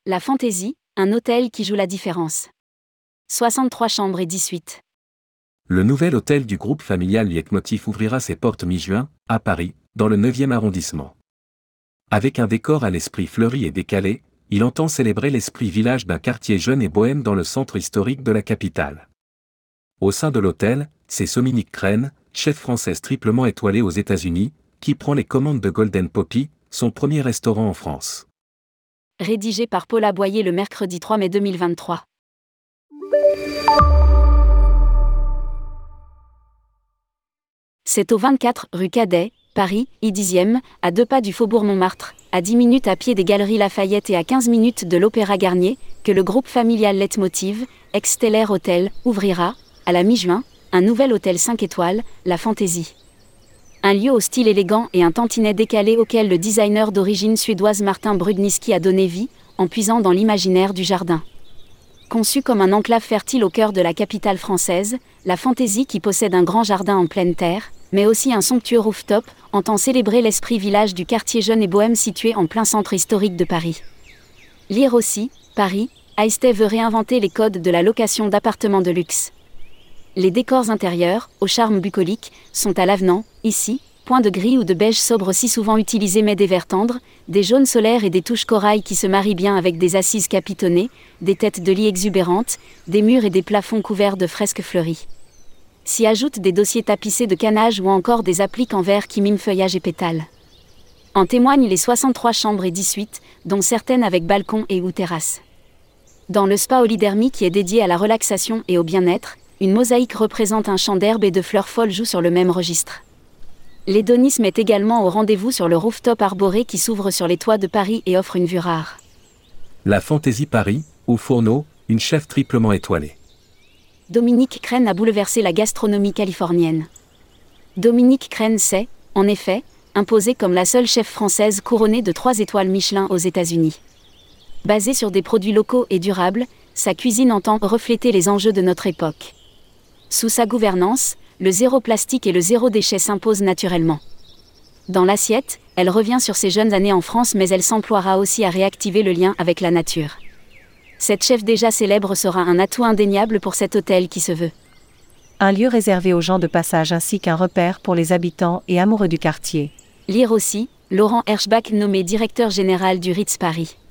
La Fantaisie, un hôtel qui joue la différence. 63 chambres et 10 suites. Le nouvel hôtel du groupe familial Lietmotiv ouvrira ses portes mi-juin, à Paris, dans le 9e arrondissement. Avec un décor à l'esprit fleuri et décalé, il entend célébrer l'esprit village d'un quartier jeune et bohème dans le centre historique de la capitale. Au sein de l'hôtel, c'est Dominique Crenn, chef française triplement étoilée aux États-Unis, qui prend les commandes de Golden Poppy, son premier restaurant en France. Rédigé par Paula Boyer le mercredi 3 mai 2023. C'est au 24 rue Cadet, Paris, I10e, à 2 pas du faubourg Montmartre, à 10 minutes à pied des Galeries Lafayette et à 15 minutes de l'Opéra Garnier, que le groupe familial Lietmotiv, ex-Stellaire Hôtel, ouvrira, à la mi-juin, un nouvel hôtel 5 étoiles, la Fantaisie. Un lieu au style élégant et un tantinet décalé auquel le designer d'origine suédoise Martin Brudniski a donné vie, en puisant dans l'imaginaire du jardin. Conçu comme un enclave fertile au cœur de la capitale française, la Fantaisie qui possède un grand jardin en pleine terre, mais aussi un somptueux rooftop, entend célébrer l'esprit village du quartier jeune et bohème situé en plein centre historique de Paris. Lire aussi, Paris, Aisté veut réinventer les codes de la location d'appartements de luxe. Les décors intérieurs, au charme bucolique, sont à l'avenant, ici, point de gris ou de beige sobre si souvent utilisés mais des verts tendres, des jaunes solaires et des touches corail qui se marient bien avec des assises capitonnées, des têtes de lit exubérantes, des murs et des plafonds couverts de fresques fleuries. S'y ajoutent des dossiers tapissés de canage ou encore des appliques en verre qui miment feuillage et pétales. En témoignent les 63 chambres et 10 suites, dont certaines avec balcon et ou terrasse. Dans le spa Olidermi qui est dédié à la relaxation et au bien-être, une mosaïque représente un champ d'herbes et de fleurs folles joue sur le même registre. L'hédonisme est également au rendez-vous sur le rooftop arboré qui s'ouvre sur les toits de Paris et offre une vue rare. La Fantaisie Paris, au Fourneau, une chef triplement étoilée. Dominique Crenn a bouleversé la gastronomie californienne. Dominique Crenn s'est, en effet, imposée comme la seule chef française couronnée de 3 étoiles Michelin aux États-Unis. Basée sur des produits locaux et durables, sa cuisine entend refléter les enjeux de notre époque. Sous sa gouvernance, le zéro plastique et le zéro déchet s'imposent naturellement. Dans l'assiette, elle revient sur ses jeunes années en France mais elle s'emploiera aussi à réactiver le lien avec la nature. Cette chef déjà célèbre sera un atout indéniable pour cet hôtel qui se veut un lieu réservé aux gens de passage ainsi qu'un repère pour les habitants et amoureux du quartier. Lire aussi, Laurent Herschbach nommé directeur général du Ritz Paris.